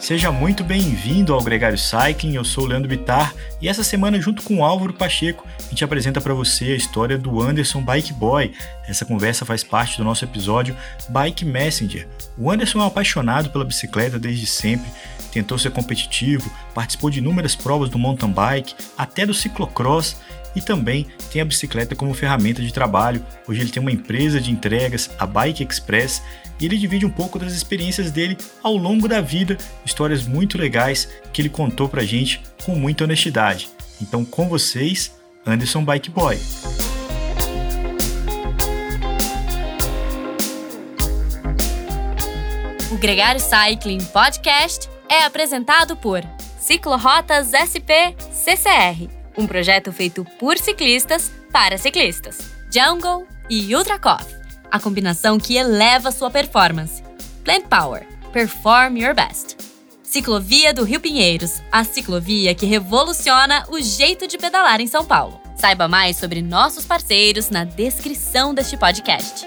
Seja muito bem-vindo ao Gregário Cycling, eu sou o Leandro Bittar e essa semana, junto com o Álvaro Pacheco, a gente apresenta para você a história do Anderson Bike Boy. Essa conversa faz parte do nosso episódio Bike Messenger. O Anderson é um apaixonado pela bicicleta desde sempre, tentou ser competitivo, participou de inúmeras provas do mountain bike, até do ciclocross, e também tem a bicicleta como ferramenta de trabalho. Hoje ele tem uma empresa de entregas, a Bike Express, e ele divide um pouco das experiências dele ao longo da vida, histórias muito legais que ele contou pra gente com muita honestidade. Então, com vocês, Anderson Bike Boy. O Gregário Cycling Podcast é apresentado por Ciclorotas SP CCR, um projeto feito por ciclistas para ciclistas. Jungle e Ultra Coffee, a combinação que eleva sua performance. Plant Power, perform your best. Ciclovia do Rio Pinheiros, a ciclovia que revoluciona o jeito de pedalar em São Paulo. Saiba mais sobre nossos parceiros na descrição deste podcast.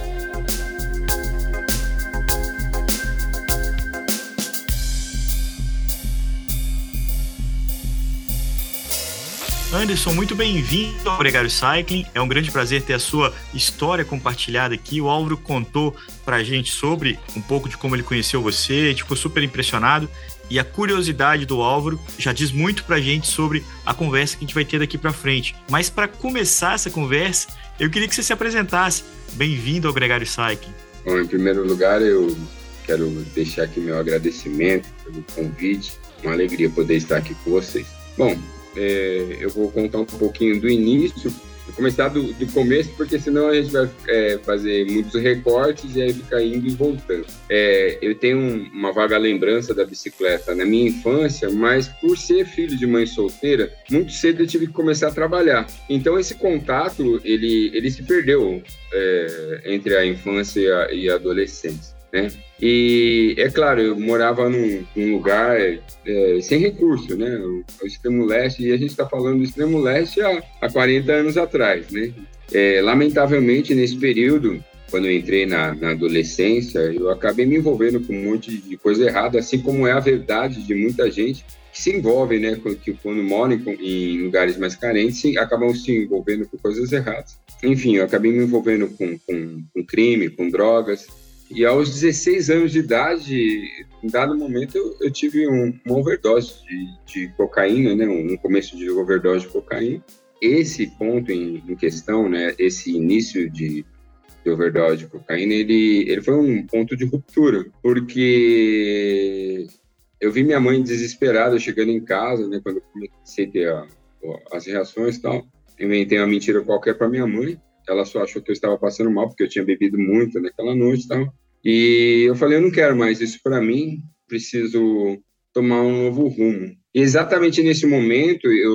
Anderson, muito bem-vindo ao Gregário Cycling. É um grande prazer ter a sua história compartilhada aqui. O Álvaro contou pra gente sobre um pouco de como ele conheceu você, a gente ficou super impressionado. E a curiosidade do Álvaro já diz muito pra gente sobre a conversa que a gente vai ter daqui pra frente. Mas para começar essa conversa, eu queria que você se apresentasse. Bem-vindo ao Gregário Cycling. Bom, em primeiro lugar, eu quero deixar aqui meu agradecimento pelo convite. Uma alegria poder estar aqui com vocês. Bom, eu vou contar um pouquinho do início, vou começar do começo, porque senão a gente vai fazer muitos recortes e aí fica indo e voltando. Eu tenho uma vaga lembrança da bicicleta na minha infância, mas por ser filho de mãe solteira, muito cedo eu tive que começar a trabalhar. Então esse contato, ele se perdeu entre a infância e a adolescência, né? E, é claro, eu morava num lugar sem recurso, né? O extremo leste, e a gente está falando do extremo leste há 40 anos atrás, né? Lamentavelmente, nesse período, quando eu entrei na adolescência, eu acabei me envolvendo com um monte de coisa errada, assim como é a verdade de muita gente que se envolve, né? Que quando moram em lugares mais carentes, acabam se envolvendo com coisas erradas. Enfim, eu acabei me envolvendo com crime, com drogas. E aos 16 anos de idade, em dado momento, eu tive uma overdose de cocaína, né? Um começo de overdose de cocaína. Esse ponto em questão, né? Esse início de overdose de cocaína, ele foi um ponto de ruptura, porque eu vi minha mãe desesperada chegando em casa, né? Quando eu comecei a ter as reações e tal, eu inventei uma mentira qualquer para minha mãe. Ela só achou que eu estava passando mal, porque eu tinha bebido muito naquela noite e tal. E eu falei, eu não quero mais isso para mim, preciso tomar um novo rumo. E exatamente nesse momento, eu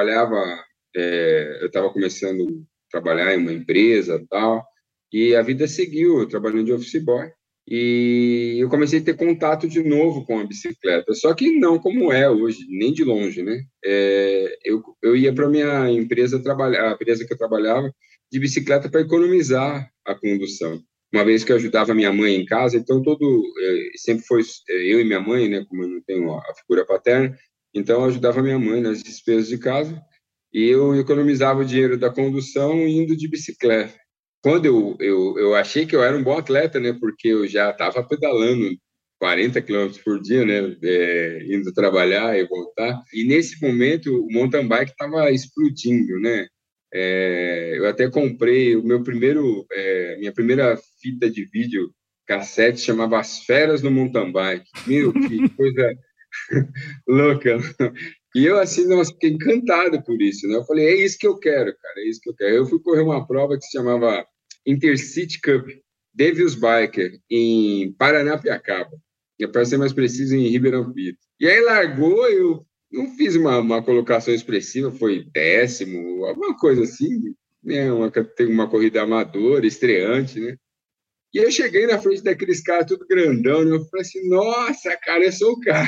estava começando a trabalhar em uma empresa e tal, e a vida seguiu, trabalhando de office boy. E eu comecei a ter contato de novo com a bicicleta, só que não como é hoje, nem de longe, né? Eu ia para minha empresa trabalhar, a empresa que eu trabalhava, de bicicleta para economizar a condução. Uma vez que eu ajudava minha mãe em casa, então sempre foi eu e minha mãe, né? Como eu não tenho a figura paterna, então eu ajudava minha mãe nas despesas de casa e eu economizava o dinheiro da condução indo de bicicleta. Quando eu achei que eu era um bom atleta, né? Porque eu já estava pedalando 40 quilômetros por dia, né? Indo trabalhar e voltar. E nesse momento o mountain bike estava explodindo, né? Eu até comprei minha primeira fita de vídeo cassete, chamava As Feras no Mountain Bike. Meu, que coisa louca. E eu, assim, nossa, fiquei encantado por isso, né? Eu falei, é isso que eu quero, cara, é isso que eu quero. Eu fui correr uma prova que se chamava Intercity Cup, Devil's Biker, em Paranapiacaba. E para ser mais preciso, em Ribeirão Preto. E aí largou, eu não fiz uma colocação expressiva, foi 10º, alguma coisa assim, né? Uma corrida amadora, estreante, né? E eu cheguei na frente daqueles caras tudo grandão, né? Eu falei assim, nossa, cara, eu sou o cara.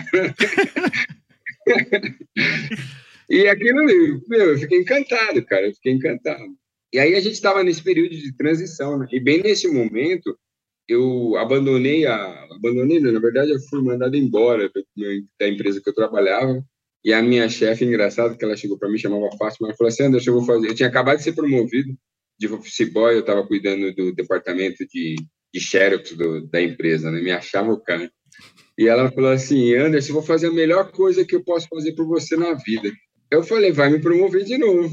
E aquilo, eu fiquei encantado, cara, eu fiquei encantado. E aí a gente estava nesse período de transição, né? E bem nesse momento, eu abandonei, na verdade, eu fui mandado embora da empresa que eu trabalhava. E a minha chefe, engraçado, que ela chegou para mim, chamava Fátima, ela falou assim: Anderson, eu tinha acabado de ser promovido de office boy, eu estava cuidando do departamento de xerox da empresa, né? Me achava o cara. E ela falou assim: Anderson, eu vou fazer a melhor coisa que eu posso fazer por você na vida. Eu falei: vai me promover de novo.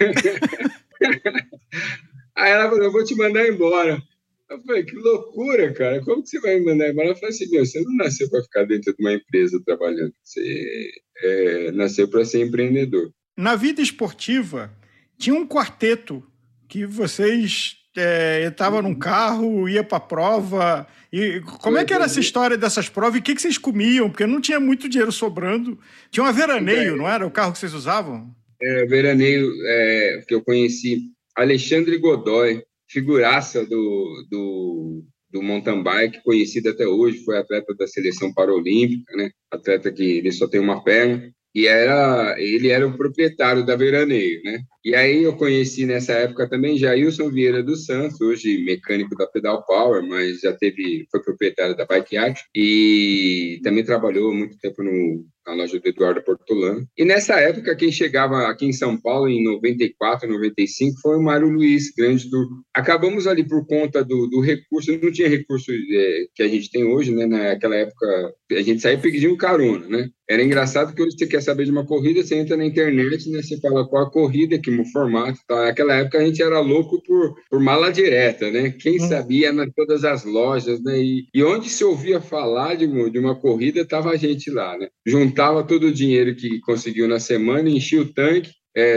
Aí ela falou: eu vou te mandar embora. Eu falei: que loucura, cara, como que você vai me mandar embora? Ela falou assim: você não nasceu para ficar dentro de uma empresa trabalhando, você nasceu para ser empreendedor. Na vida esportiva, tinha um quarteto que vocês estavam num carro, ia para a prova. E como é que era essa história dessas provas? E o que vocês comiam? Porque não tinha muito dinheiro sobrando. Tinha uma veraneio, não era? O carro que vocês usavam? Veraneio que eu conheci Alexandre Godoy, figuraça do mountain bike, conhecido até hoje, foi atleta da seleção paralímpica, né? Atleta que ele só tem uma perna. E ele era o proprietário da Veraneio, né? E aí eu conheci nessa época também Jailson Vieira dos Santos, hoje mecânico da Pedal Power, mas foi proprietário da Bike Art e também trabalhou muito tempo na loja do Eduardo Portolano. E nessa época, quem chegava aqui em São Paulo, em 94, 95, foi o Mário Luiz, grande tour. Acabamos ali por conta do recurso, não tinha recurso que a gente tem hoje, né? Naquela época, a gente saía pedindo carona, né? Era engraçado que hoje você quer saber de uma corrida, você entra na internet, né? Você fala qual a corrida, que formato, tá? Naquela época a gente era louco por mala direta, né? Quem sabia em todas as lojas, né? E onde se ouvia falar de uma corrida, tava a gente lá, né? Juntava todo o dinheiro que conseguiu na semana, enchia o tanque,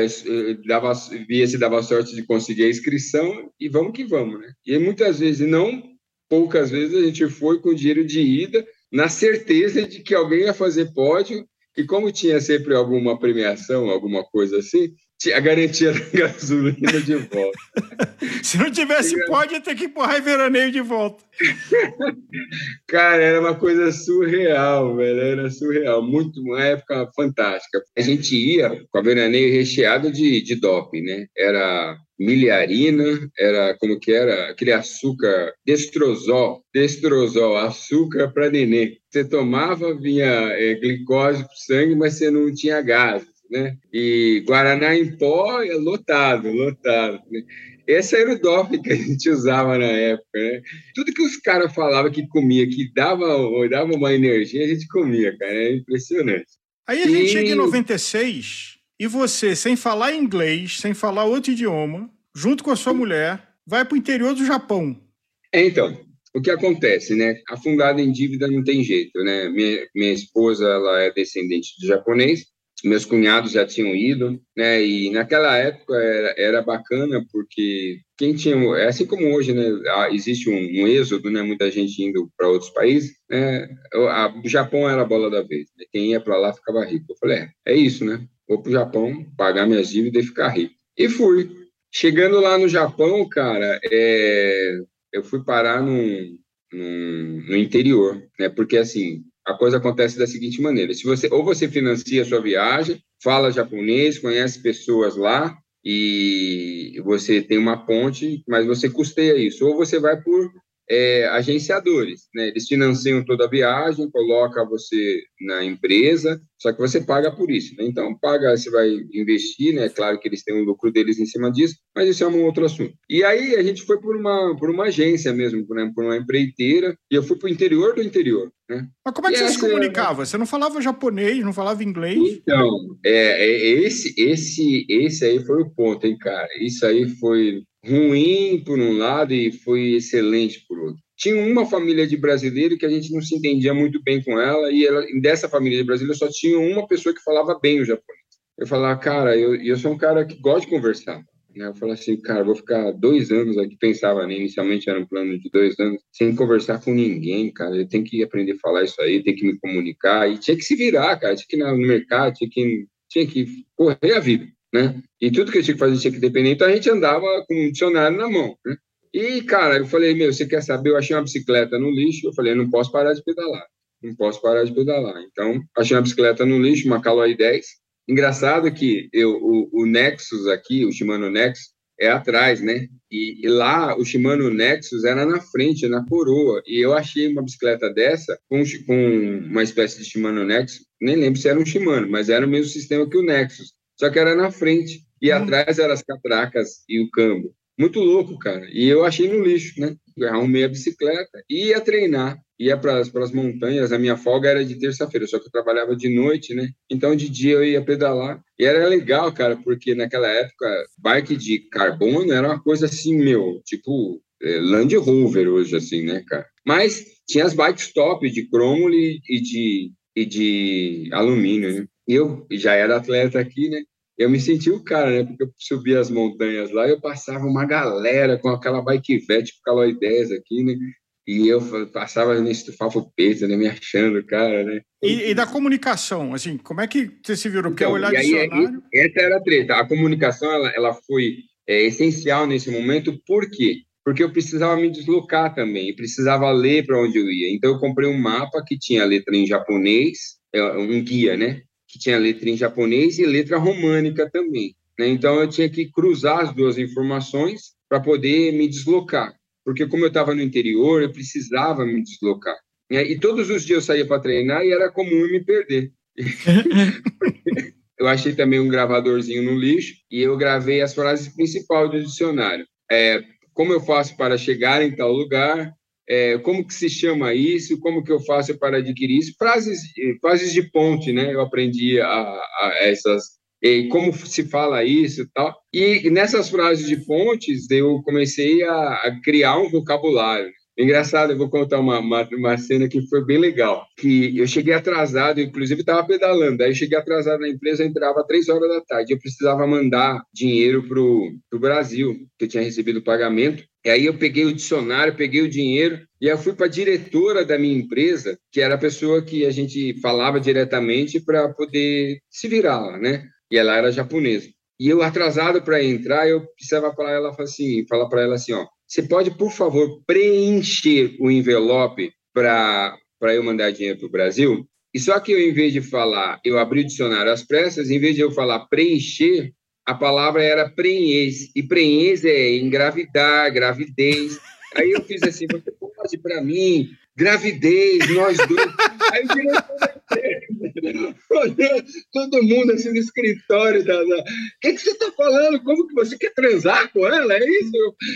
via se dava sorte de conseguir a inscrição e vamos que vamos, né? E muitas vezes, não poucas vezes, a gente foi com dinheiro de ida, na certeza de que alguém ia fazer pódio, e como tinha sempre alguma premiação, alguma coisa assim, tinha a garantia da gasolina de volta. Se não tivesse pódio, ia ter que empurrar em Veraneio de volta. Cara, era uma coisa surreal, velho, era surreal, uma época fantástica. A gente ia com a Veraneio recheado de doping, né? Era milharina, era como que era? Aquele açúcar, destrozol, açúcar para nenê. Você tomava, vinha glicose pro sangue, mas você não tinha gases, né? E Guaraná em pó, lotado, né? Esse era o doping que a gente usava na época, né? Tudo que os caras falavam que comia, que dava uma energia, a gente comia, cara, é impressionante. Aí a gente chega em 96... E você, sem falar inglês, sem falar outro idioma, junto com a sua mulher, vai para o interior do Japão. Então, o que acontece, né? Afundada em dívida não tem jeito, né? Minha esposa, ela é descendente de japonês, meus cunhados já tinham ido, né? E naquela época era bacana porque quem tinha, assim como hoje, né? Existe um êxodo, né? Muita gente indo para outros países, né? O Japão era a bola da vez, né? Quem ia para lá ficava rico. Eu falei, é isso, né? Vou para o Japão, pagar minhas dívidas e ficar rico. E fui. Chegando lá no Japão, cara, eu fui parar no interior, né? Porque, assim, a coisa acontece da seguinte maneira. Ou você financia a sua viagem, fala japonês, conhece pessoas lá, e você tem uma ponte, mas você custeia isso. Ou você vai por agenciadores, né? Eles financiam toda a viagem, coloca você na empresa, só que você paga por isso, né? Então, você vai investir, né? Claro que eles têm um lucro deles em cima disso, mas isso é um outro assunto. E aí, a gente foi por uma agência mesmo, né? Por uma empreiteira, e eu fui para o interior do interior, né? Mas como é que você se comunicava? Você não falava japonês, não falava inglês? Então, esse aí foi o ponto, hein, cara? Isso aí foi ruim por um lado e foi excelente por outro. Tinha uma família de brasileiro que a gente não se entendia muito bem com ela, e dessa família de brasileiro só tinha uma pessoa que falava bem o japonês. Eu falava, cara, eu sou um cara que gosta de conversar. Eu falei assim, cara, vou ficar 2 anos aqui, pensava, né? Inicialmente era um plano de 2 anos, sem conversar com ninguém, cara, eu tenho que aprender a falar isso aí, tenho que me comunicar, e tinha que se virar, cara, tinha que ir no mercado, tinha que correr a vida, né? E tudo que eu tinha que fazer tinha que depender, então a gente andava com um dicionário na mão, né? E, cara, eu falei, você quer saber? Eu achei uma bicicleta no lixo, eu falei, não posso parar de pedalar, então achei uma bicicleta no lixo, uma Caloi 10. Engraçado que o Nexus aqui, o Shimano Nexus, é atrás, né? E lá o Shimano Nexus era na frente, na coroa. E eu achei uma bicicleta dessa com uma espécie de Shimano Nexus. Nem lembro se era um Shimano, mas era o mesmo sistema que o Nexus. Só que era na frente. E atrás eram as catracas e o câmbio. Muito louco, cara. E eu achei no lixo, né? Eu arrumei a bicicleta e ia treinar. Ia para as montanhas. A minha folga era de terça-feira, só que eu trabalhava de noite, né? Então, de dia eu ia pedalar. E era legal, cara, porque naquela época, bike de carbono era uma coisa assim, tipo Land Rover hoje, assim, né, cara? Mas tinha as bikes top de cromo e de alumínio, né? E eu já era atleta aqui, né? Eu me senti o cara, né? Porque eu subia as montanhas lá e eu passava uma galera com aquela bike velha, tipo Caloi 10 aqui, né? E eu passava, me estufava o peito, né? Me achando, cara, né? E da comunicação, assim, como é que você se virou? Porque Então, olhar dicionário... Essa era a treta. A comunicação, ela foi essencial nesse momento. Por quê? Porque eu precisava me deslocar também, e precisava ler para onde eu ia. Então, eu comprei um mapa que tinha letra em japonês, um guia, né? Que tinha letra em japonês e letra românica também, né? Então, eu tinha que cruzar as duas informações para poder me deslocar. Porque como eu estava no interior, eu precisava me deslocar. E todos os dias eu saía para treinar e era comum me perder. Eu achei também um gravadorzinho no lixo e eu gravei as frases principais do dicionário. Como eu faço para chegar em tal lugar? Como que se chama isso? Como que eu faço para adquirir isso? Frases de ponte, né? Eu aprendi a essas... como se fala isso e tal. E nessas frases de pontes, eu comecei a criar um vocabulário. Engraçado, eu vou contar uma cena que foi bem legal. Que eu cheguei atrasado, inclusive estava pedalando. Aí eu cheguei atrasado na empresa, eu entrava às 3 horas da tarde. Eu precisava mandar dinheiro para o Brasil, que eu tinha recebido o pagamento. E aí eu peguei o dicionário, peguei o dinheiro e eu fui para a diretora da minha empresa, que era a pessoa que a gente falava diretamente para poder se virar lá, né? E ela era japonesa. E eu, atrasado para entrar, eu precisava falar para ela assim, ó, você pode, por favor, preencher o envelope para eu mandar dinheiro para o Brasil? E só que eu, em vez de falar, eu abri o dicionário às pressas, em vez de eu falar preencher, a palavra era prenhez. E prenhez é engravidar, gravidez. Aí eu fiz assim, você pode para mim, gravidez, nós dois. Aí o diretor da empresa, todo mundo assim no escritório. O que você está falando? Como que você quer transar com ela? É isso?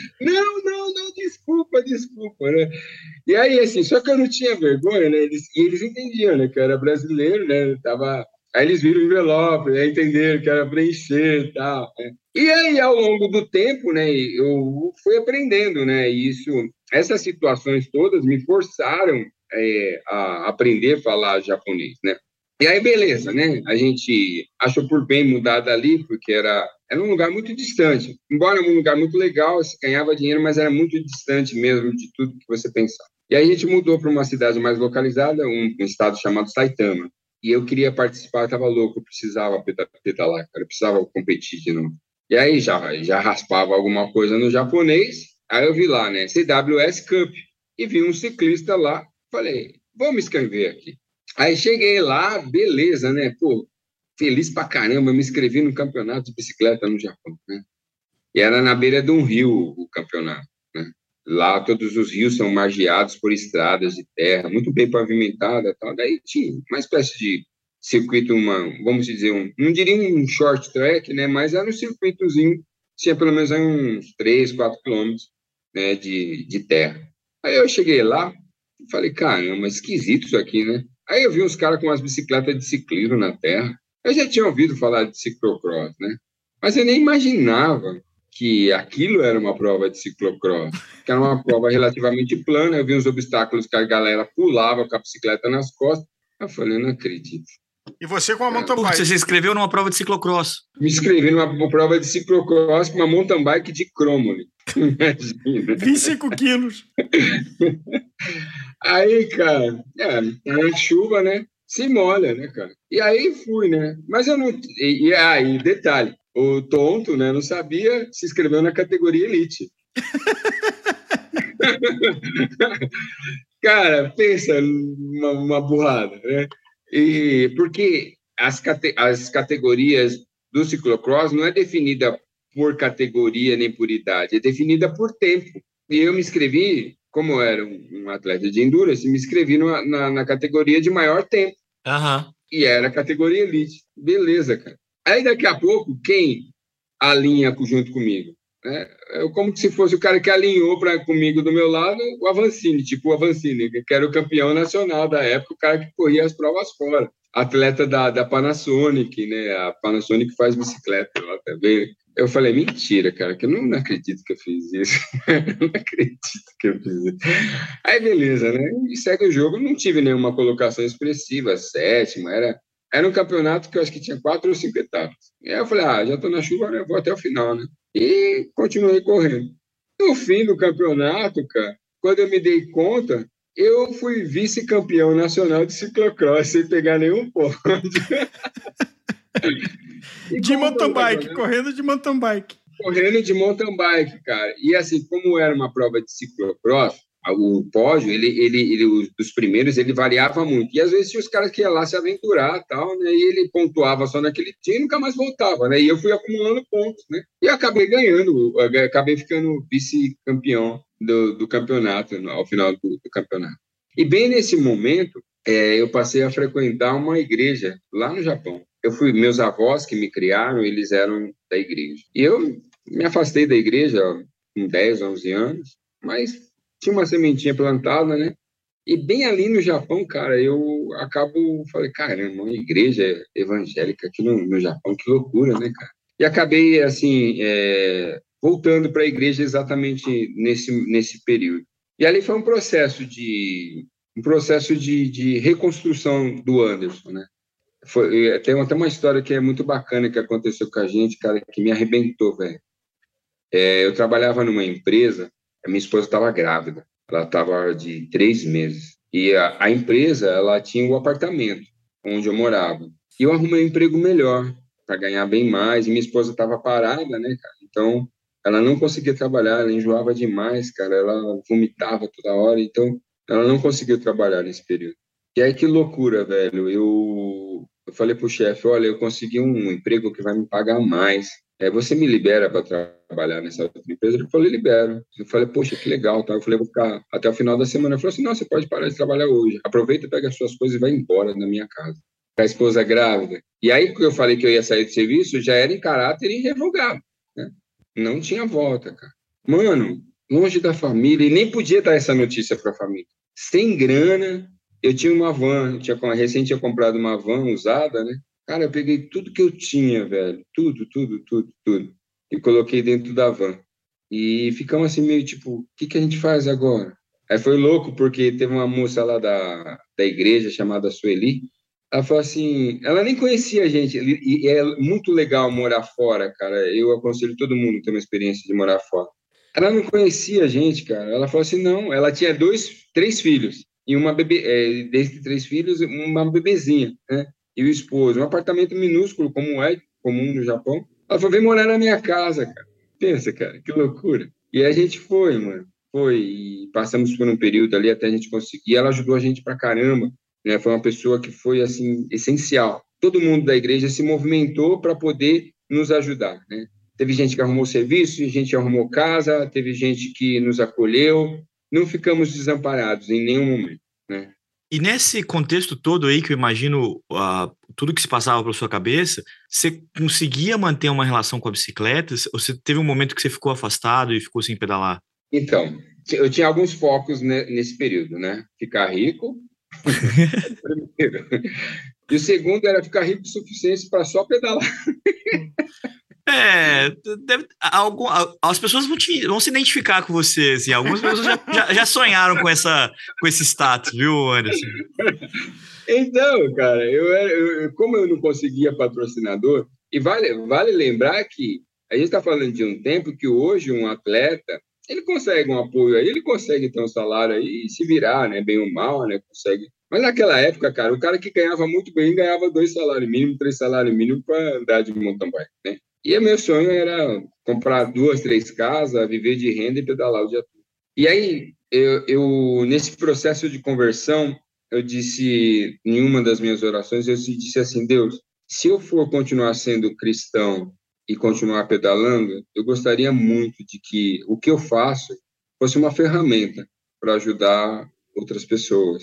Não, desculpa. Né? E aí, assim, só que eu não tinha vergonha, né? Eles entendiam, né? Que eu era brasileiro, né? Aí eles viram o envelope, né? Entenderam que era preencher e tal. Né? E aí, ao longo do tempo, né? Eu fui aprendendo, né? E essas situações todas me forçaram a aprender a falar japonês, né? E aí, beleza, né? A gente achou por bem mudar dali, porque era um lugar muito distante. Embora um lugar muito legal, se ganhava dinheiro, mas era muito distante mesmo de tudo que você pensava. E aí a gente mudou para uma cidade mais localizada, um estado chamado Saitama. E eu queria participar, eu estava louco, eu precisava pedalar, cara, eu precisava competir de novo. E aí já raspava alguma coisa no japonês, aí eu vi lá, né? CWS Cup. E vi um ciclista lá, falei, vou me inscrever aqui. Aí cheguei lá, beleza, né? Pô, feliz pra caramba, me inscrevi no campeonato de bicicleta no Japão, né? E era na beira de um rio o campeonato, né? Lá todos os rios são margeados por estradas de terra, muito bem pavimentada e tal. Daí tinha uma espécie de circuito, vamos dizer, não diria um short track, né? Mas era um circuitozinho, tinha pelo menos uns 3, 4 quilômetros, né, de terra. Aí eu cheguei lá e falei, caramba, esquisito isso aqui, né? Aí eu vi uns caras com umas bicicletas de ciclismo na terra. Eu já tinha ouvido falar de ciclocross, né? Mas eu nem imaginava que aquilo era uma prova de ciclocross, que era uma prova relativamente plana. Eu vi uns obstáculos que a galera pulava com a bicicleta nas costas. Eu falei, não acredito. E você com a mountain bike? Você se inscreveu numa prova de ciclocross? Me inscrevi numa prova de ciclocross com uma mountain bike de cromo. Imagina. 25 quilos. Aí, cara, na chuva, né? Se molha, né, cara? E aí fui, né? Mas eu não... E aí, detalhe, o tonto, né, não sabia, se inscreveu na categoria Elite. Cara, pensa uma burrada, né? E porque as categorias do ciclocross não é definida por categoria nem por idade, é definida por tempo. E eu me inscrevi, como eu era um atleta de endurance, me inscrevi na categoria de maior tempo. Aham. E era a categoria elite. Beleza, cara. Aí daqui a pouco, quem alinha junto comigo? É como se fosse o cara que alinhou comigo do meu lado, o Avancini, tipo o Avancini, que era o campeão nacional da época, o cara que corria as provas fora. Atleta da Panasonic, né? A Panasonic faz bicicleta lá também. Eu falei, mentira, cara, que eu não acredito que eu fiz isso. Não acredito que eu fiz isso. Aí, beleza, né? E segue o jogo. Não tive nenhuma colocação expressiva, sétima. Era um campeonato que eu acho que tinha 4 ou 5 etapas. E aí eu falei, já tô na chuva, eu vou até o final, né? E continuei correndo. No fim do campeonato, cara, quando eu me dei conta, eu fui vice-campeão nacional de ciclocross sem pegar nenhum pódio. De mountain bike, correndo de mountain bike. Correndo de mountain bike, cara. E assim, como era uma prova de ciclocross, o pódio, dos primeiros, ele variava muito. E às vezes tinha os caras que iam lá se aventurar e tal, né? E ele pontuava só naquele dia e nunca mais voltava, né? E eu fui acumulando pontos, né? E acabei ganhando, acabei ficando vice-campeão do campeonato, ao final do campeonato. E bem nesse momento, eu passei a frequentar uma igreja lá no Japão. Meus avós que me criaram, eles eram da igreja. E eu me afastei da igreja com 10, 11 anos, mas tinha uma sementinha plantada, né? E bem ali no Japão, cara, eu falei, caramba, uma igreja evangélica aqui no Japão, que loucura, né, cara? E acabei, assim, voltando para a igreja exatamente nesse período. E ali foi um processo de reconstrução do Anderson, né? Tem até uma história que é muito bacana que aconteceu com a gente, cara, que me arrebentou, velho. Eu trabalhava numa empresa, a minha esposa estava grávida, ela estava de 3 meses. E a empresa, ela tinha um apartamento onde eu morava. E eu arrumei um emprego melhor, para ganhar bem mais, e minha esposa estava parada, né, cara? Então, ela não conseguia trabalhar, ela enjoava demais, cara, ela vomitava toda hora, então ela não conseguiu trabalhar nesse período. E aí, que loucura, velho, eu falei pro chefe, olha, eu consegui um emprego que vai me pagar mais. Você me libera para trabalhar nessa outra empresa? Ele falou, libero. Eu falei, poxa, que legal. Tá? Eu falei, vou ficar até o final da semana. Ele falou assim, não, você pode parar de trabalhar hoje. Aproveita, pega as suas coisas e vai embora da minha casa. A esposa grávida. E aí, que eu falei que eu ia sair do serviço, já era em caráter irrevogável, né? Não tinha volta, cara. Mano, longe da família, e nem podia dar essa notícia para a família. Sem grana, eu tinha uma van, recém tinha comprado uma van usada, né? Cara, eu peguei tudo que eu tinha, velho. Tudo. E coloquei dentro da van. E ficamos assim meio tipo, o que a gente faz agora? Aí foi louco, porque teve uma moça lá da igreja chamada Sueli. Ela falou assim, ela nem conhecia a gente. E é muito legal morar fora, cara. Eu aconselho todo mundo a ter uma experiência de morar fora. Ela não conhecia a gente, cara. Ela falou assim, não. Ela tinha 3 filhos. E uma bebê, desde 3 filhos, uma bebezinha, né? E o esposo, um apartamento minúsculo, como é comum no Japão. Ela falou, vem morar na minha casa, cara. Pensa, cara, que loucura. E a gente foi, mano. E passamos por um período ali até a gente conseguir. Ela ajudou a gente pra caramba, né? Foi uma pessoa que foi, assim, essencial. Todo mundo da igreja se movimentou para poder nos ajudar, né? Teve gente que arrumou serviço, gente que arrumou casa, teve gente que nos acolheu. Não ficamos desamparados em nenhum momento, né? E nesse contexto todo aí, que eu imagino tudo que se passava pela sua cabeça, você conseguia manter uma relação com a bicicleta? Ou você teve um momento que você ficou afastado e ficou sem pedalar? Então, eu tinha alguns focos nesse período, né? Ficar rico, primeiro. E o segundo era ficar rico o suficiente para só pedalar. As pessoas vão se identificar com você, assim, algumas pessoas já sonharam com esse status, viu, Anderson? Então, cara, como eu não conseguia patrocinador, e vale lembrar que a gente está falando de um tempo que hoje um atleta, ele consegue um apoio aí, ele consegue ter um salário aí e se virar, né, bem ou mal, né, consegue. Mas naquela época, cara, o cara que ganhava muito bem ganhava 2 salários mínimos, 3 salários mínimos para andar de mountain bike, né? E o meu sonho era comprar 2, 3 casas, viver de renda e pedalar o dia todo. E aí, eu nesse processo de conversão, eu disse, em uma das minhas orações, eu disse assim, Deus, se eu for continuar sendo cristão e continuar pedalando, eu gostaria muito de que o que eu faço fosse uma ferramenta para ajudar outras pessoas,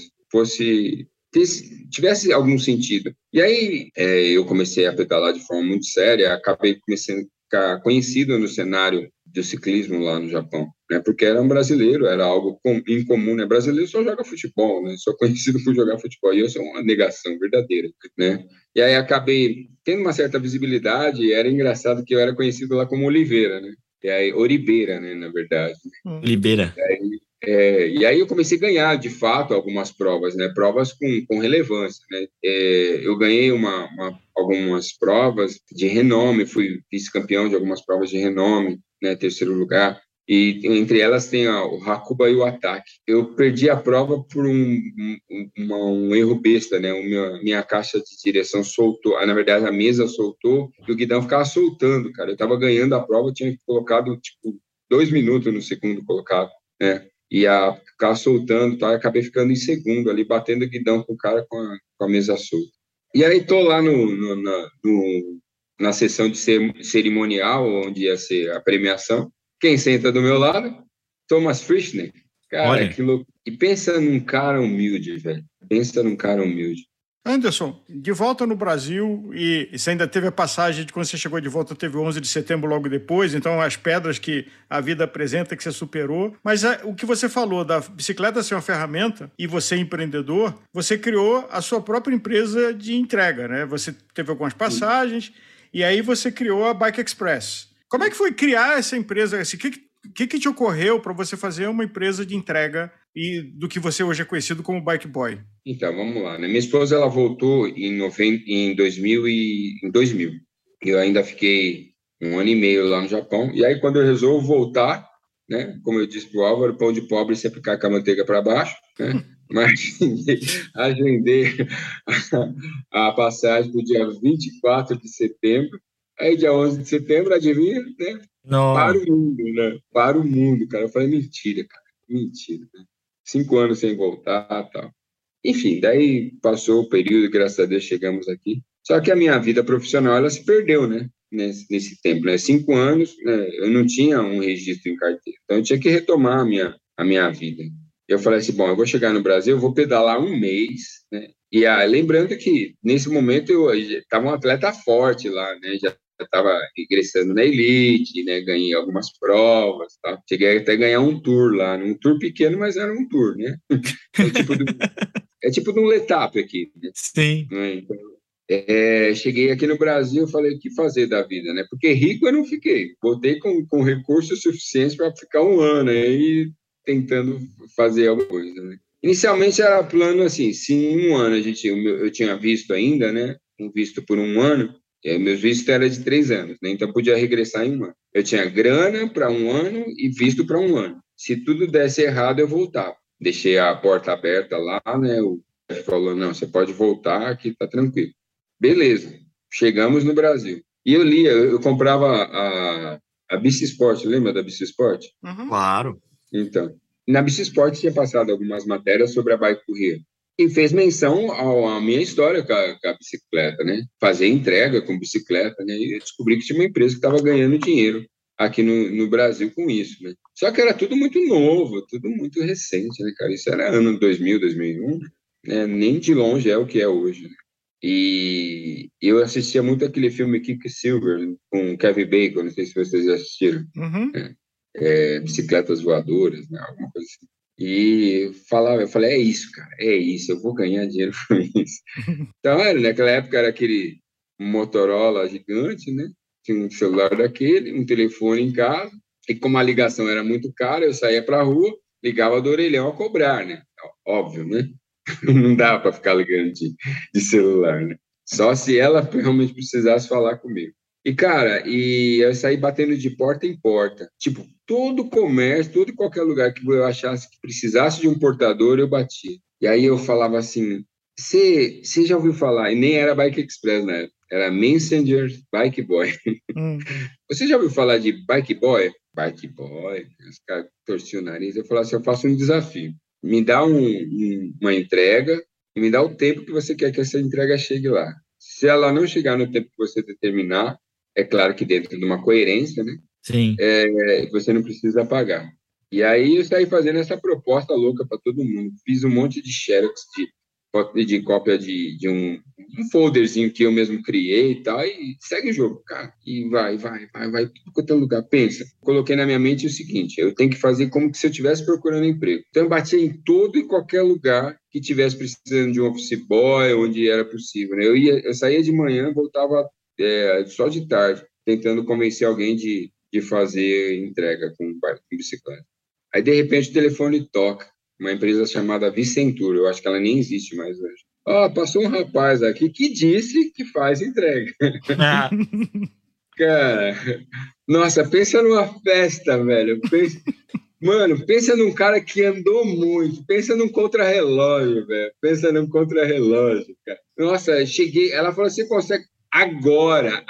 tivesse algum sentido. E aí eu comecei a pedalar de forma muito séria, acabei começando a ficar conhecido no cenário do ciclismo lá no Japão, né? Porque era um brasileiro, era algo incomum, né? Brasileiro só joga futebol, né? Sou conhecido por jogar futebol, e eu sou uma negação verdadeira, né? E aí acabei tendo uma certa visibilidade, e era engraçado que eu era conhecido lá como Oliveira, né? E aí, Oribeira, né, na verdade. Oliveira. E aí eu comecei a ganhar, de fato, algumas provas, né? Provas com relevância, né? Eu ganhei algumas provas de renome, fui vice-campeão de algumas provas de renome, né? Terceiro lugar. E entre elas tem o Hakuba e o Ataque. Eu perdi a prova por um erro besta, né? Minha caixa de direção soltou. Na verdade, a mesa soltou e o guidão ficava soltando, cara. Eu estava ganhando a prova, eu tinha colocado, 2 minutos no segundo colocado, né? E ficar soltando, tá? Eu acabei ficando em segundo ali, batendo o guidão com o cara com a mesa solta. E aí tô lá na sessão de cerimonial, onde ia ser a premiação. Quem senta do meu lado? Thomas Frischner. Cara, Olha. Que louco. E pensa num cara humilde, velho. Pensa num cara humilde. Anderson, de volta no Brasil, e você ainda teve a passagem de quando você chegou de volta, teve o 11 de setembro logo depois, então as pedras que a vida apresenta que você superou, mas o que você falou da bicicleta ser uma ferramenta e você empreendedor, você criou a sua própria empresa de entrega, né? Você teve algumas passagens e aí você criou a Bike Express. Como é que foi criar essa empresa? O que te ocorreu para você fazer uma empresa de entrega e do que você hoje é conhecido como Bike Boy? Então, vamos lá, né? Minha esposa, ela voltou em 2000. Eu ainda fiquei 1 ano e meio lá no Japão. E aí, quando eu resolvo voltar, né? Como eu disse para o Álvaro, pão de pobre sempre cai com a manteiga para baixo, né? Mas agendei a passagem para o dia 24 de setembro. Aí, dia 11 de setembro, adivinha, né? Não. Para o mundo, né? Para o mundo, cara. Eu falei, mentira, cara. Mentira, né? 5 anos sem voltar e tal. Enfim, daí passou o período, graças a Deus chegamos aqui. Só que a minha vida profissional, ela se perdeu, né? Nesse tempo, né? 5 anos, né? Eu não tinha um registro em carteira. Então, eu tinha que retomar a minha vida. Eu falei assim, bom, eu vou chegar no Brasil, eu vou pedalar 1 mês, né? E lembrando que, nesse momento, eu estava um atleta forte lá, né? Já estava ingressando na elite, né? Ganhei algumas provas, tá? Cheguei até a ganhar um tour lá, um tour pequeno, mas era um tour, né? É tipo de um letap aqui, né? Sim. Então, cheguei aqui no Brasil, falei, o que fazer da vida, né? Porque rico eu não fiquei. Voltei com recursos suficientes para ficar 1 ano aí tentando fazer alguma coisa, né? Inicialmente era plano assim, se em 1 ano eu tinha visto ainda, né? Um visto por 1 ano, meus vistos eram de 3 anos, né? Então podia regressar em 1 ano. Eu tinha grana para 1 ano e visto para 1 ano. Se tudo desse errado, eu voltava. Deixei a porta aberta lá, né? O chefe falou, não, você pode voltar, aqui tá tranquilo. Beleza, chegamos no Brasil. E eu comprava a Bici Sport, lembra da Bici Sport? Uhum. Claro. Então, na Bici Sport tinha passado algumas matérias sobre a Bike Courier. E fez menção à minha história com a bicicleta, né? Fazer entrega com bicicleta, né? E eu descobri que tinha uma empresa que estava ganhando dinheiro aqui no Brasil com isso, né? Só que era tudo muito novo, tudo muito recente, né, cara? Isso era ano 2000, 2001, né? Nem de longe é o que é hoje, né? E eu assistia muito aquele filme Quicksilver, com Kevin Bacon, não sei se vocês já assistiram, Uhum. Bicicletas voadoras, né? Alguma coisa assim. E eu falei, é isso, cara, é isso, eu vou ganhar dinheiro com isso. Então, naquela época era aquele Motorola gigante, né? Tinha um celular daquele, um telefone em casa, e como a ligação era muito cara, eu saía para a rua, ligava do orelhão a cobrar, né? Óbvio, né? Não dava para ficar ligando de celular, né? Só se ela realmente precisasse falar comigo. E, cara, eu saí batendo de porta em porta. Tipo, todo comércio, todo e qualquer lugar que eu achasse que precisasse de um portador, eu batia. E aí eu falava assim, você já ouviu falar? E nem era Bike Express, né? Era Messenger Bike Boy. Você já ouviu falar de Bike Boy? Bike Boy, os caras torciam o nariz. Eu falava assim, eu faço um desafio. Me dá uma entrega e me dá o tempo que você quer que essa entrega chegue lá. Se ela não chegar no tempo que você determinar, É claro que dentro de uma coerência, né? Sim. Você não precisa pagar. E aí eu saí fazendo essa proposta louca para todo mundo. Fiz um monte de xerox de cópia de um folderzinho que eu mesmo criei e tal, e segue o jogo, cara. E vai, tudo quanto é lugar. Pensa, coloquei na minha mente o seguinte, eu tenho que fazer como se eu estivesse procurando emprego. Então eu batia em todo e qualquer lugar que estivesse precisando de um office boy, onde era possível, né? Eu saía de manhã, voltava só de tarde, tentando convencer alguém de fazer entrega com bicicleta. Aí, de repente, o telefone toca. Uma empresa chamada Vicentura, eu acho que ela nem existe mais hoje. Passou um rapaz aqui que disse que faz entrega. Ah, Cara, nossa, pensa numa festa, velho. Mano, pensa num cara que andou muito. Pensa num contrarrelógio, velho. Pensa num contrarrelógio, cara. Nossa, cheguei. Ela falou: você consegue. Agora.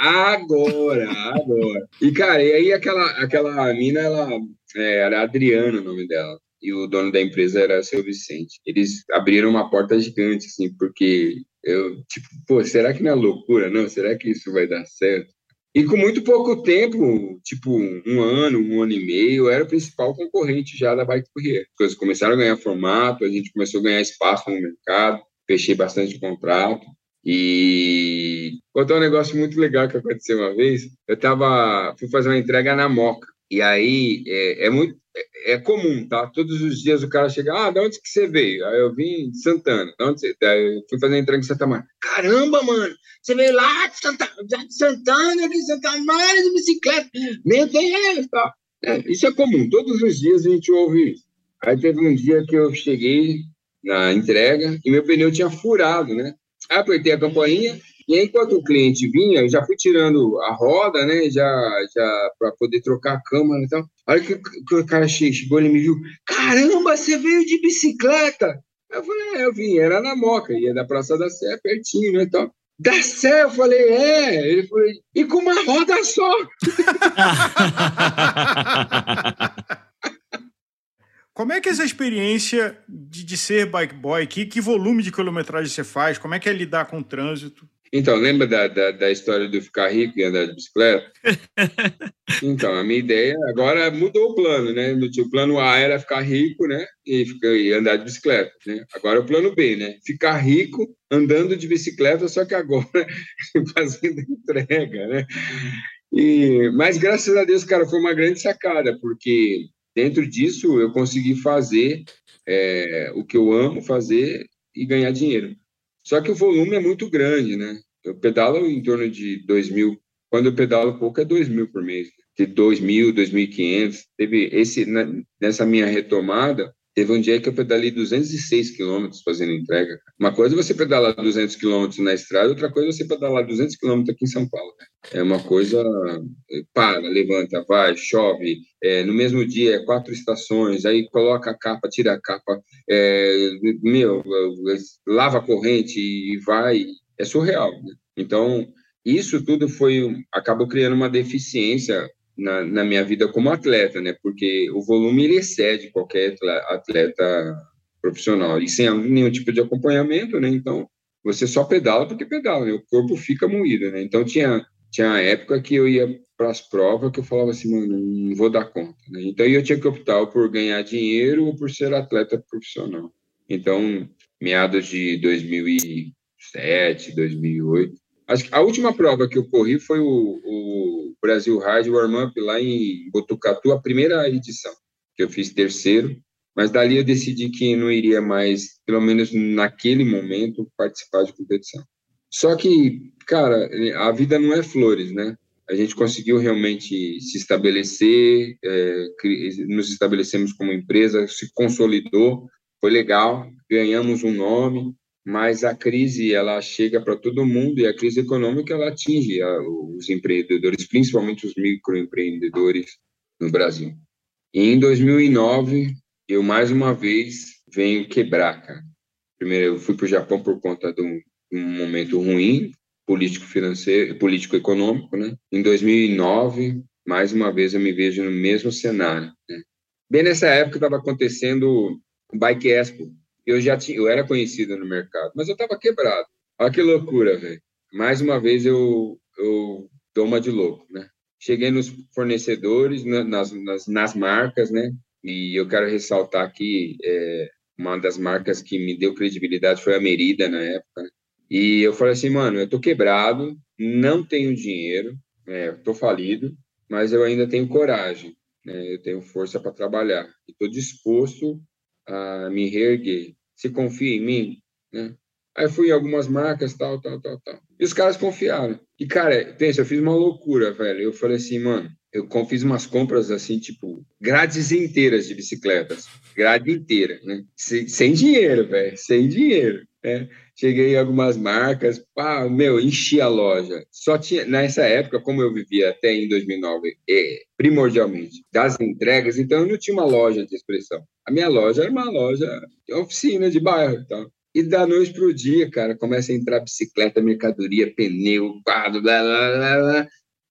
E, cara, e aí aquela mina, ela era Adriana o nome dela. E o dono da empresa era seu Vicente. Eles abriram uma porta gigante, assim, porque eu, tipo, pô, será que não é loucura? Não, será que isso vai dar certo? E com muito pouco tempo, tipo um ano e meio, eu era o principal concorrente já da Bike Courier. As coisas começaram a ganhar formato, a gente começou a ganhar espaço no mercado, fechei bastante contrato. E contar um negócio muito legal que aconteceu uma vez. Fui fazer uma entrega na Moca. E aí é comum, tá? Todos os dias o cara chega, de onde que você veio? Aí eu vim de Santana. De onde você... Aí eu fui fazer a entrega em Santa Maria. Caramba, mano! Você veio lá de Santana, de Santa Maria, de bicicleta. Meu Deus! Tá? Isso é comum. Todos os dias a gente ouve isso. Aí teve um dia que eu cheguei na entrega e meu pneu tinha furado, né? Aí apertei a campainha e aí, enquanto o cliente vinha, eu já fui tirando a roda, né? Já para poder trocar a câmera e tal. Aí que o cara chegou, ele me viu. Caramba, você veio de bicicleta? Eu falei, eu vim, era na Moca, ia da Praça da Sé, pertinho, né? Tal. Da Sé, eu falei, Ele falou, e com uma roda só. Como é que é essa experiência de ser bike boy? Que volume de quilometragem você faz? Como é que é lidar com o trânsito? Então, lembra da história do ficar rico e andar de bicicleta? Então, a minha ideia agora mudou o plano, né? O plano A era ficar rico, né? E andar de bicicleta, né? Agora o plano B, né? Ficar rico andando de bicicleta, só que agora fazendo entrega, né? Mas graças a Deus, cara, foi uma grande sacada, porque dentro disso eu consegui fazer o que eu amo fazer e ganhar dinheiro. Só que o volume é muito grande, né? Eu pedalo em torno de 2.000. Quando eu pedalo pouco, é 2.000 por mês. De 2.000, 2.500. Nessa minha retomada, teve um dia que eu pedalei 206 quilômetros fazendo entrega. Uma coisa é você pedalar 200 quilômetros na estrada, outra coisa é você pedalar 200 quilômetros aqui em São Paulo. É uma coisa... Para, levanta, vai, chove. No mesmo dia, 4 estações. Aí coloca a capa, tira a capa. Lava a corrente e vai... É surreal, né? Então, isso tudo acabou criando uma deficiência na minha vida como atleta, né? Porque o volume ele excede qualquer atleta profissional e sem nenhum tipo de acompanhamento, né? Então, você só pedala porque pedala, né? O corpo fica moído, né? Então, tinha época que eu ia para as provas que eu falava assim, mano, não vou dar conta, né? Então, eu tinha que optar por ganhar dinheiro ou por ser atleta profissional. Então, meados de 2007, 2008. Acho que a última prova que eu corri foi o Brasil Ride Warm-Up lá em Botucatu, a primeira edição, que eu fiz terceiro, mas dali eu decidi que não iria mais, pelo menos naquele momento, participar de competição. Só que, cara, a vida não é flores, né? A gente conseguiu realmente se estabelecer, nos estabelecemos como empresa, se consolidou, foi legal, ganhamos um nome, mas a crise ela chega para todo mundo e a crise econômica ela atinge os empreendedores, principalmente os microempreendedores no Brasil. E em 2009, eu mais uma vez venho quebrar, cara. Primeiro, eu fui para o Japão por conta de um momento ruim, político-financeiro, político-econômico, né? Em 2009, mais uma vez eu me vejo no mesmo cenário, né? Bem nessa época estava acontecendo o Bike Expo. Eu era conhecido no mercado, mas eu estava quebrado. Olha que loucura, velho. Mais uma vez eu dou uma de louco, né? Cheguei nos fornecedores, nas marcas, né? E eu quero ressaltar aqui, uma das marcas que me deu credibilidade foi a Merida, na época, né? E eu falei assim, mano, eu tô quebrado, não tenho dinheiro, tô falido, mas eu ainda tenho coragem, né? Eu tenho força para trabalhar. E tô disposto a me reerguer. Você confia em mim, né? Aí fui em algumas marcas, tal. E os caras confiaram. E, cara, pensa, eu fiz uma loucura, velho. Eu falei assim, mano, eu fiz umas compras, assim, tipo, grades inteiras de bicicletas. Grade inteira, né? Sem dinheiro, velho. Sem dinheiro, né? Cheguei em algumas marcas, pá, enchi a loja. Só tinha, nessa época, como eu vivia até em 2009, primordialmente, das entregas, então eu não tinha uma loja de expressão. A minha loja era uma loja de oficina de bairro e tal. E da noite pro dia, cara, começa a entrar bicicleta, mercadoria, pneu, quadro, blá, blá, blá, blá.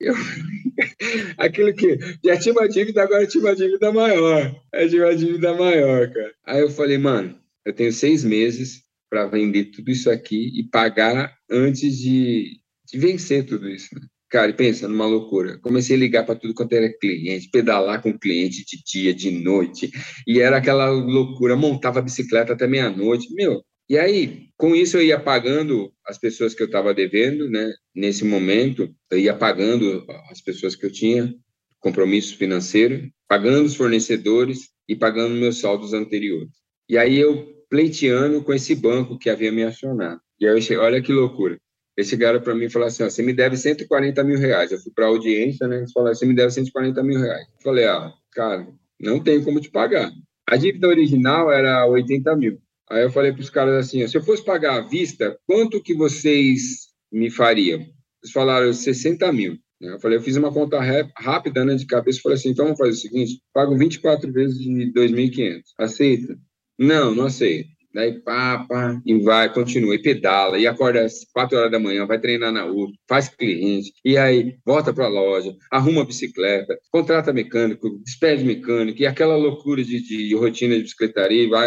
Aquilo que já tinha uma dívida, agora tinha uma dívida maior. Eu tinha uma dívida maior, cara. Aí eu falei, mano, eu tenho 6 meses para vender tudo isso aqui e pagar antes de vencer tudo isso, né? Cara, e pensa numa loucura. Comecei a ligar para tudo quanto era cliente, pedalar com cliente de dia, de noite, e era aquela loucura. Montava a bicicleta até meia-noite. E aí, com isso, eu ia pagando as pessoas que eu estava devendo, né? Nesse momento, eu ia pagando as pessoas que eu tinha, compromisso financeiro, pagando os fornecedores e pagando meus saldos anteriores. E aí, eu pleiteando com esse banco que havia me acionado. E aí, olha que loucura. Eles chegaram para mim e falaram assim, você me deve 140 mil reais. Eu fui para a audiência, né? Eles falaram, você me deve 140 mil reais. Eu falei, cara, não tenho como te pagar. A dívida original era 80 mil. Aí eu falei para os caras assim, se eu fosse pagar à vista, quanto que vocês me fariam? Eles falaram 60 mil. Eu falei, eu fiz uma conta rápida, né, de cabeça, falei assim, então vamos fazer o seguinte, pago 24 vezes de 2.500. Aceita? Não aceito. Daí pá, e vai, continua, e pedala, e acorda às 4 horas da manhã, vai treinar na USP, faz cliente, e aí volta para a loja, arruma a bicicleta, contrata mecânico, despede mecânico, e aquela loucura de rotina de bicicletaria, vai.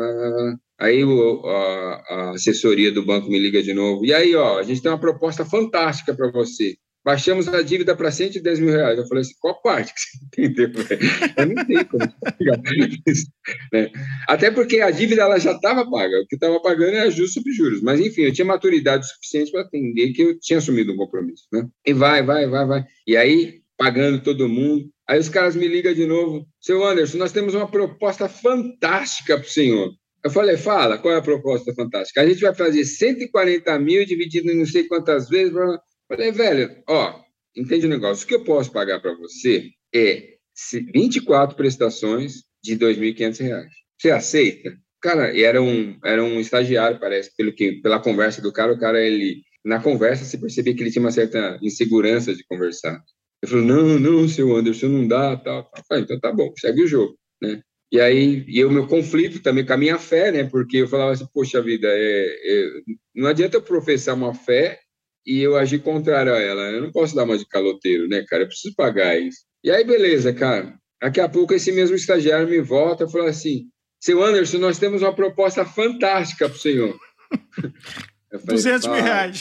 Aí a assessoria do banco me liga de novo, e aí, a gente tem uma proposta fantástica para você. Baixamos a dívida para 110 mil reais. Eu falei assim, qual parte que você entendeu? Eu não tenho como pagar isso, né? Até porque a dívida ela já estava paga. O que estava pagando era juros sobre juros. Mas, enfim, eu tinha maturidade suficiente para entender que eu tinha assumido um compromisso, né? E vai. E aí, pagando todo mundo. Aí os caras me ligam de novo. Seu Anderson, nós temos uma proposta fantástica para o senhor. Eu falei, fala, qual é a proposta fantástica? A gente vai fazer 140 mil dividido em não sei quantas vezes... Falei, velho, entende o negócio? O que eu posso pagar para você é 24 prestações de R$ 2.500. Você aceita? Cara, era um estagiário, parece, pela conversa do cara, ele, na conversa, se percebia que ele tinha uma certa insegurança de conversar. Ele falou, não, seu Anderson, não dá, tal. Eu falei, então tá bom, segue o jogo, né? E aí, o meu conflito também com a minha fé, né? Porque eu falava assim, poxa vida, não adianta eu professar uma fé e eu agir contrário a ela. Eu não posso dar uma de caloteiro, né, cara? Eu preciso pagar isso. E aí, beleza, cara. Daqui a pouco, esse mesmo estagiário me volta e fala assim, seu Anderson, nós temos uma proposta fantástica para o senhor. Eu falei, 200 mil reais.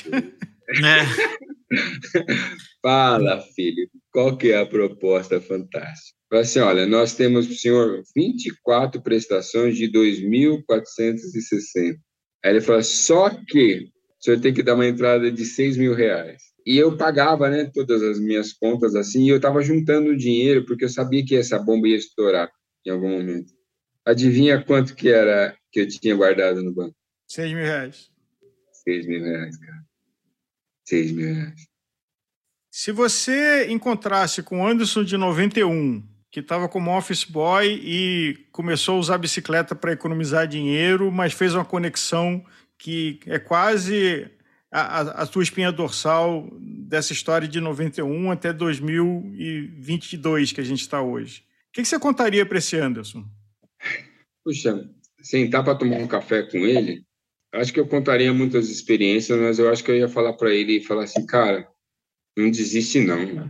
Fala, filho, qual que é a proposta fantástica? Falei assim, olha, nós temos para o senhor 24 prestações de 2.460. Aí ele falou, só que o senhor tem que dar uma entrada de 6 mil reais. E eu pagava, né, todas as minhas contas assim, e eu estava juntando dinheiro, porque eu sabia que essa bomba ia estourar em algum momento. Adivinha quanto que era que eu tinha guardado no banco? 6 mil reais. 6 mil reais, cara. 6 mil reais. Se você encontrasse com o Anderson de 91, que estava como office boy e começou a usar bicicleta para economizar dinheiro, mas fez uma conexão que é quase a tua espinha dorsal dessa história de 91 até 2022 que a gente está hoje. O que você contaria para esse Anderson? Puxa, sentar para tomar um café com ele, acho que eu contaria muitas experiências, mas eu acho que eu ia falar para ele e falar assim, cara, não desiste não,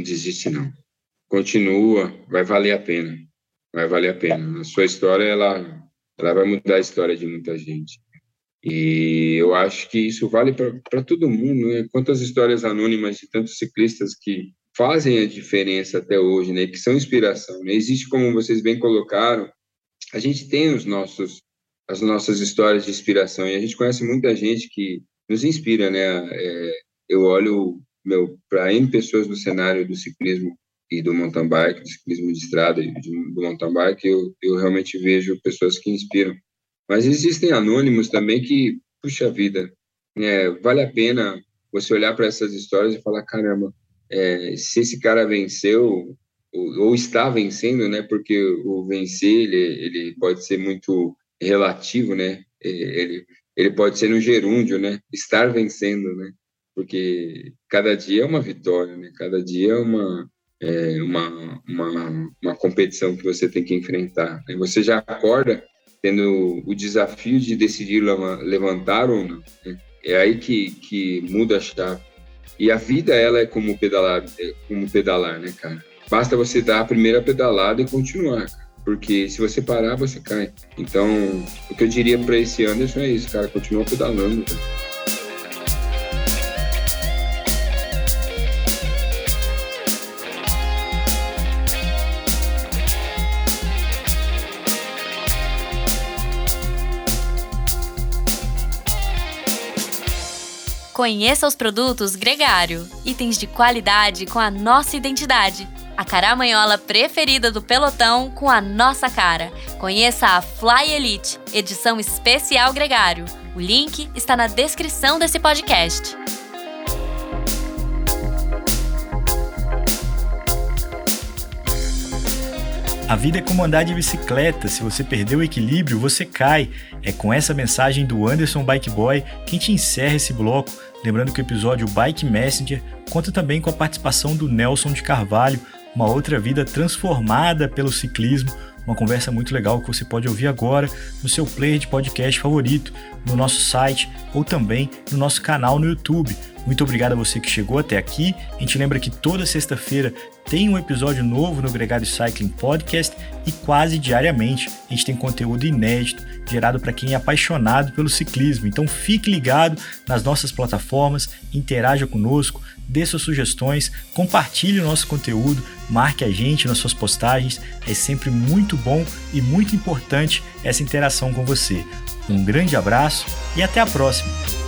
continua, vai valer a pena, a sua história, ela vai mudar a história de muita gente. E eu acho que isso vale para todo mundo, né? Quantas histórias anônimas de tantos ciclistas que fazem a diferença até hoje, né? Que são inspiração, né? Existe, como vocês bem colocaram, a gente tem as nossas histórias de inspiração e a gente conhece muita gente que nos inspira, né? Eu olho para N pessoas do cenário do ciclismo e do mountain bike, do ciclismo de estrada e do mountain bike, eu realmente vejo pessoas que inspiram. Mas existem anônimos também que, puxa vida, vale a pena você olhar para essas histórias e falar, caramba, se esse cara venceu ou está vencendo, né? Porque o vencer ele pode ser muito relativo, né? Ele pode ser no gerúndio, né? Estar vencendo, né? Porque cada dia é uma vitória, né? Cada dia é uma competição que você tem que enfrentar. Né? Você já acorda tendo o desafio de decidir levantar ou não. Né? É aí que muda a chave. E a vida, ela é como pedalar, né, cara? Basta você dar a primeira pedalada e continuar, porque se você parar, você cai. Então, o que eu diria para esse Anderson é isso, cara, continua pedalando, cara. Conheça os produtos Gregário, itens de qualidade com a nossa identidade. A caramanhola preferida do pelotão com a nossa cara. Conheça a Fly Elite, edição especial Gregário. O link está na descrição desse podcast. A vida é como andar de bicicleta, se você perder o equilíbrio, você cai. É com essa mensagem do Anderson Bike Boy que a gente encerra esse bloco, lembrando que o episódio Bike Messenger conta também com a participação do Nelson de Carvalho, uma outra vida transformada pelo ciclismo, uma conversa muito legal que você pode ouvir agora no seu player de podcast favorito, no nosso site ou também no nosso canal no YouTube. Muito obrigado a você que chegou até aqui. A gente lembra que toda sexta-feira tem um episódio novo no Gregário Cycling Podcast e quase diariamente a gente tem conteúdo inédito gerado para quem é apaixonado pelo ciclismo. Então fique ligado nas nossas plataformas, interaja conosco, dê suas sugestões, compartilhe o nosso conteúdo, marque a gente nas suas postagens. É sempre muito bom e muito importante essa interação com você. Um grande abraço e até a próxima!